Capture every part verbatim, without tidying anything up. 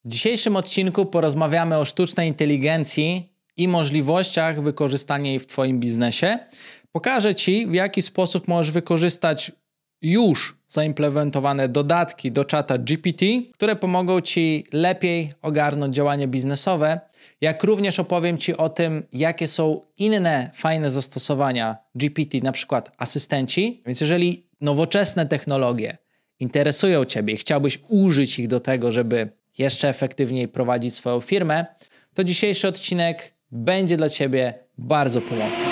W dzisiejszym odcinku porozmawiamy o sztucznej inteligencji i możliwościach wykorzystania jej w Twoim biznesie. Pokażę Ci, w jaki sposób możesz wykorzystać już zaimplementowane dodatki do czata G P T, które pomogą Ci lepiej ogarnąć działania biznesowe, jak również opowiem Ci o tym, jakie są inne fajne zastosowania G P T, na przykład asystenci. Więc jeżeli nowoczesne technologie interesują Ciebie i chciałbyś użyć ich do tego, żeby jeszcze efektywniej prowadzić swoją firmę, to dzisiejszy odcinek będzie dla Ciebie bardzo pomocny.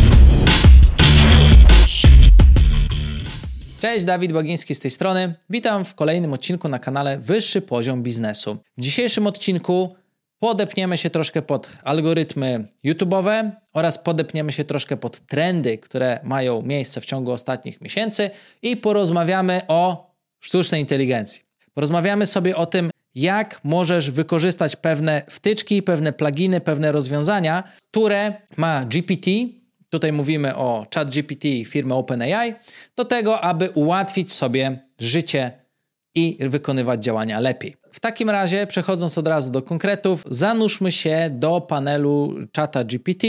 Cześć, Dawid Bagiński z tej strony. Witam w kolejnym odcinku na kanale Wyższy Poziom Biznesu. W dzisiejszym odcinku podepniemy się troszkę pod algorytmy YouTube'owe oraz podepniemy się troszkę pod trendy, które mają miejsce w ciągu ostatnich miesięcy i porozmawiamy o sztucznej inteligencji. Porozmawiamy sobie o tym, jak możesz wykorzystać pewne wtyczki, pewne pluginy, pewne rozwiązania, które ma G P T, tutaj mówimy o ChatGPT firmy OpenAI, do tego, aby ułatwić sobie życie i wykonywać działania lepiej. W takim razie, przechodząc od razu do konkretów, zanurzmy się do panelu czata G P T.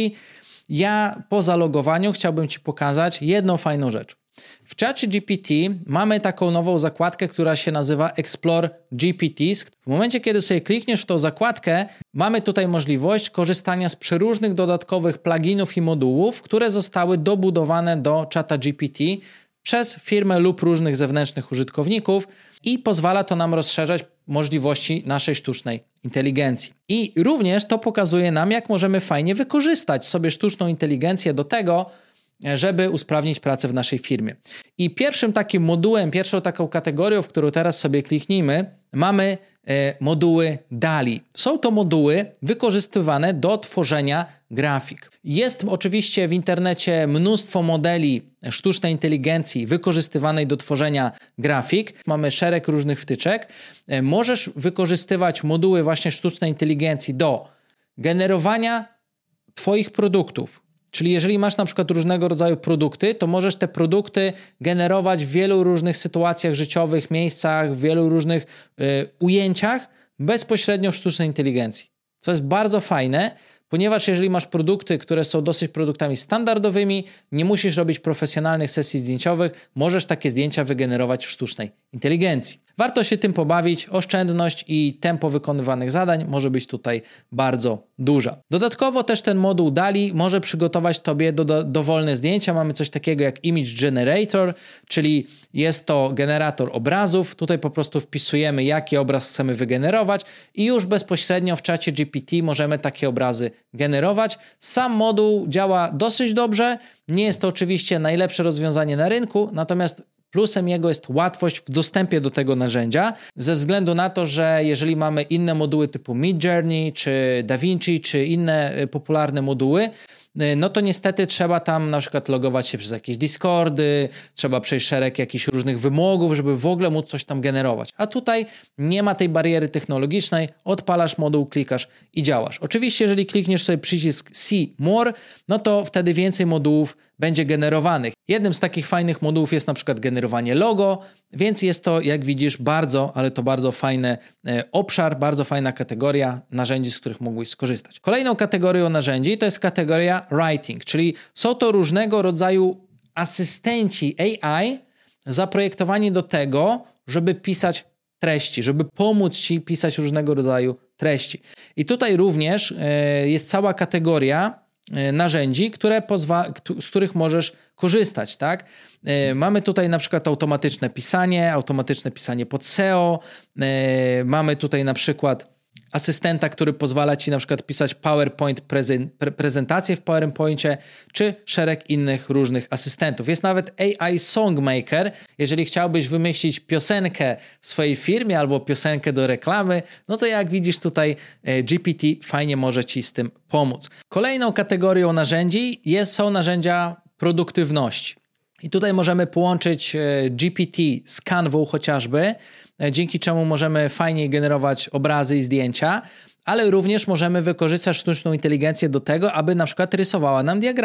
Ja po zalogowaniu chciałbym Ci pokazać jedną fajną rzecz. W czacie G P T mamy taką nową zakładkę, która się nazywa Explore G P T. W momencie, kiedy sobie klikniesz w tą zakładkę, mamy tutaj możliwość korzystania z przeróżnych dodatkowych pluginów i modułów, które zostały dobudowane do czata G P T przez firmę lub różnych zewnętrznych użytkowników i pozwala to nam rozszerzać możliwości naszej sztucznej inteligencji. I również to pokazuje nam, jak możemy fajnie wykorzystać sobie sztuczną inteligencję do tego, żeby usprawnić pracę w naszej firmie. I pierwszym takim modułem, pierwszą taką kategorią, w którą teraz sobie kliknijmy, mamy e, moduły DALL-E. Są to moduły wykorzystywane do tworzenia grafik. Jest oczywiście w internecie mnóstwo modeli sztucznej inteligencji wykorzystywanej do tworzenia grafik. Mamy szereg różnych wtyczek. E, możesz wykorzystywać moduły właśnie sztucznej inteligencji do generowania Twoich produktów. Czyli jeżeli masz na przykład różnego rodzaju produkty, to możesz te produkty generować w wielu różnych sytuacjach życiowych, miejscach, w wielu różnych y, ujęciach bezpośrednio w sztucznej inteligencji. Co jest bardzo fajne, ponieważ jeżeli masz produkty, które są dosyć produktami standardowymi, nie musisz robić profesjonalnych sesji zdjęciowych, możesz takie zdjęcia wygenerować w sztucznej inteligencji. Warto się tym pobawić, oszczędność i tempo wykonywanych zadań może być tutaj bardzo duża. Dodatkowo też ten moduł DALL-E może przygotować Tobie do, do, dowolne zdjęcia. Mamy coś takiego jak Image Generator, czyli jest to generator obrazów. Tutaj po prostu wpisujemy, jaki obraz chcemy wygenerować i już bezpośrednio w czacie G P T możemy takie obrazy generować. Sam moduł działa dosyć dobrze. Nie jest to oczywiście najlepsze rozwiązanie na rynku, natomiast plusem jego jest łatwość w dostępie do tego narzędzia, ze względu na to, że jeżeli mamy inne moduły typu Midjourney, czy DaVinci, czy inne popularne moduły, no to niestety trzeba tam na przykład logować się przez jakieś Discordy, trzeba przejść szereg jakichś różnych wymogów, żeby w ogóle móc coś tam generować. A tutaj nie ma tej bariery technologicznej, odpalasz moduł, klikasz i działasz. Oczywiście, jeżeli klikniesz sobie przycisk See More, no to wtedy więcej modułów będzie generowanych. Jednym z takich fajnych modułów jest na przykład generowanie logo, więc jest to, jak widzisz, bardzo, ale to bardzo fajny e, obszar, bardzo fajna kategoria narzędzi, z których mógłbyś skorzystać. Kolejną kategorią narzędzi to jest kategoria Writing, czyli są to różnego rodzaju asystenci A I zaprojektowani do tego, żeby pisać treści, żeby pomóc Ci pisać różnego rodzaju treści. I tutaj również e, jest cała kategoria narzędzi, które pozwa- z których możesz korzystać, tak? Yy, mamy tutaj na przykład automatyczne pisanie, automatyczne pisanie pod S E O, yy, mamy tutaj na przykład asystenta, który pozwala Ci na przykład pisać PowerPoint, prezen- pre- prezentację w PowerPoincie, czy szereg innych różnych asystentów. Jest nawet A I Songmaker, jeżeli chciałbyś wymyślić piosenkę w swojej firmie albo piosenkę do reklamy, no to jak widzisz tutaj G P T fajnie może Ci z tym pomóc. Kolejną kategorią narzędzi jest, są narzędzia produktywności. I tutaj możemy połączyć G P T z Canvą chociażby, dzięki czemu możemy fajniej generować obrazy i zdjęcia, ale również możemy wykorzystać sztuczną inteligencję do tego, aby na przykład rysowała nam diagramy.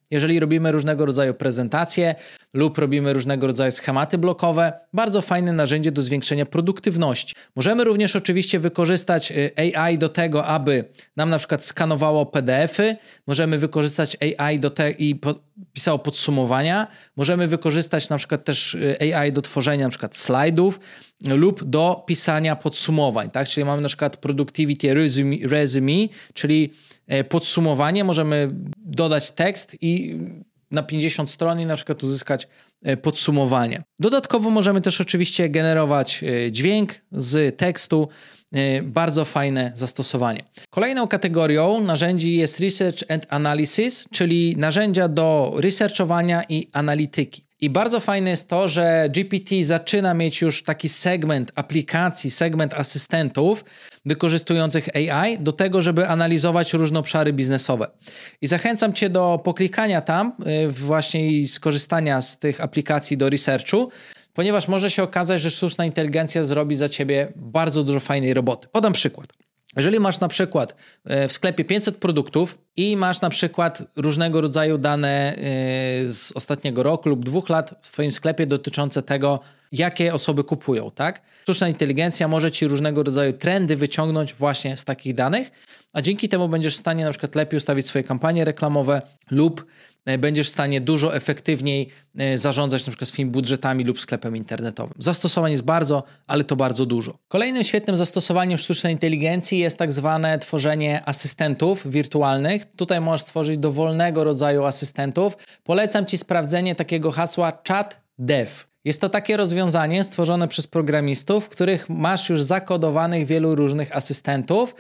Jeżeli robimy różnego rodzaju prezentacje lub robimy różnego rodzaju schematy blokowe, bardzo fajne narzędzie do zwiększenia produktywności. Możemy również oczywiście wykorzystać A I do tego, aby nam na przykład skanowało P D F-y, możemy wykorzystać A I do te i po, pisało podsumowania, możemy wykorzystać na przykład też A I do tworzenia na przykład slajdów lub do pisania podsumowań, tak? Czyli mamy na przykład productivity resume, resume czyli podsumowanie, możemy dodać tekst i na pięćdziesiąt stron i na przykład uzyskać podsumowanie. Dodatkowo możemy też oczywiście generować dźwięk z tekstu. Bardzo fajne zastosowanie. Kolejną kategorią narzędzi jest Research and Analysis, czyli narzędzia do researchowania i analityki. I bardzo fajne jest to, że G P T zaczyna mieć już taki segment aplikacji, segment asystentów wykorzystujących A I do tego, żeby analizować różne obszary biznesowe. I zachęcam Cię do poklikania tam właśnie i skorzystania z tych aplikacji do researchu, ponieważ może się okazać, że sztuczna inteligencja zrobi za Ciebie bardzo dużo fajnej roboty. Podam przykład. Jeżeli masz na przykład w sklepie pięćset produktów i masz na przykład różnego rodzaju dane z ostatniego roku lub dwóch lat w Twoim sklepie dotyczące tego, jakie osoby kupują, tak? Sztuczna inteligencja może Ci różnego rodzaju trendy wyciągnąć właśnie z takich danych, a dzięki temu będziesz w stanie na przykład lepiej ustawić swoje kampanie reklamowe lub będziesz w stanie dużo efektywniej zarządzać na przykład swoimi budżetami lub sklepem internetowym. Zastosowań jest bardzo, ale to bardzo dużo. Kolejnym świetnym zastosowaniem sztucznej inteligencji jest tak zwane tworzenie asystentów wirtualnych. Tutaj możesz stworzyć dowolnego rodzaju asystentów. Polecam Ci sprawdzenie takiego hasła ChatDev. Jest to takie rozwiązanie stworzone przez programistów, w których masz już zakodowanych wielu różnych asystentów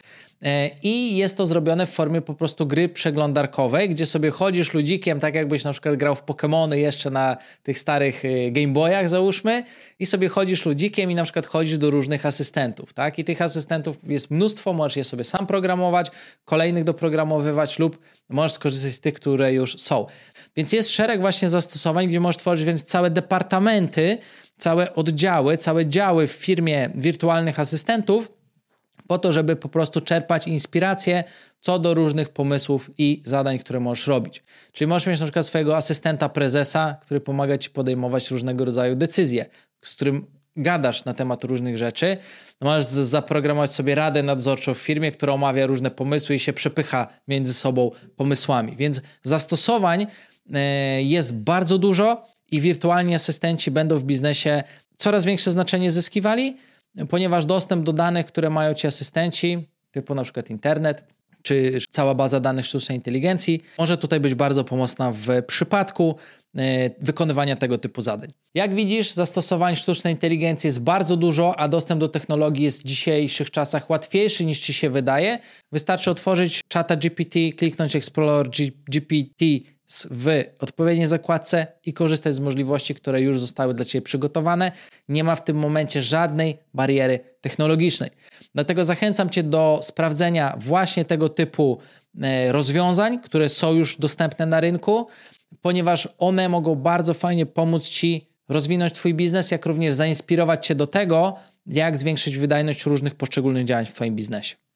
i jest to zrobione w formie po prostu gry przeglądarkowej, gdzie sobie chodzisz ludzikiem, tak jakbyś na przykład grał w Pokémony jeszcze na tych starych Game Boyach załóżmy i sobie chodzisz ludzikiem i na przykład chodzisz do różnych asystentów, tak? I tych asystentów jest mnóstwo, możesz je sobie sam programować, kolejnych doprogramowywać lub możesz skorzystać z tych, które już są. Więc jest szereg właśnie zastosowań, gdzie możesz tworzyć więc całe departamenty, całe oddziały, całe działy w firmie wirtualnych asystentów, po to, żeby po prostu czerpać inspirację co do różnych pomysłów i zadań, które możesz robić. Czyli możesz mieć na przykład swojego asystenta prezesa, który pomaga Ci podejmować różnego rodzaju decyzje, z którym gadasz na temat różnych rzeczy. Możesz zaprogramować sobie radę nadzorczą w firmie, która omawia różne pomysły i się przepycha między sobą pomysłami. Więc zastosowań jest bardzo dużo i wirtualni asystenci będą w biznesie coraz większe znaczenie zyskiwali, ponieważ dostęp do danych, które mają Ci asystenci, typu na przykład internet, czy cała baza danych sztucznej inteligencji, może tutaj być bardzo pomocna w przypadku wykonywania tego typu zadań. Jak widzisz, zastosowań sztucznej inteligencji jest bardzo dużo, a dostęp do technologii jest w dzisiejszych czasach łatwiejszy niż Ci się wydaje. Wystarczy otworzyć czata G P T, kliknąć Explore G P T w odpowiedniej zakładce i korzystać z możliwości, które już zostały dla Ciebie przygotowane. Nie ma w tym momencie żadnej bariery technologicznej. Dlatego zachęcam Cię do sprawdzenia właśnie tego typu rozwiązań, które są już dostępne na rynku, ponieważ one mogą bardzo fajnie pomóc Ci rozwinąć Twój biznes, jak również zainspirować Cię do tego, jak zwiększyć wydajność różnych poszczególnych działań w Twoim biznesie.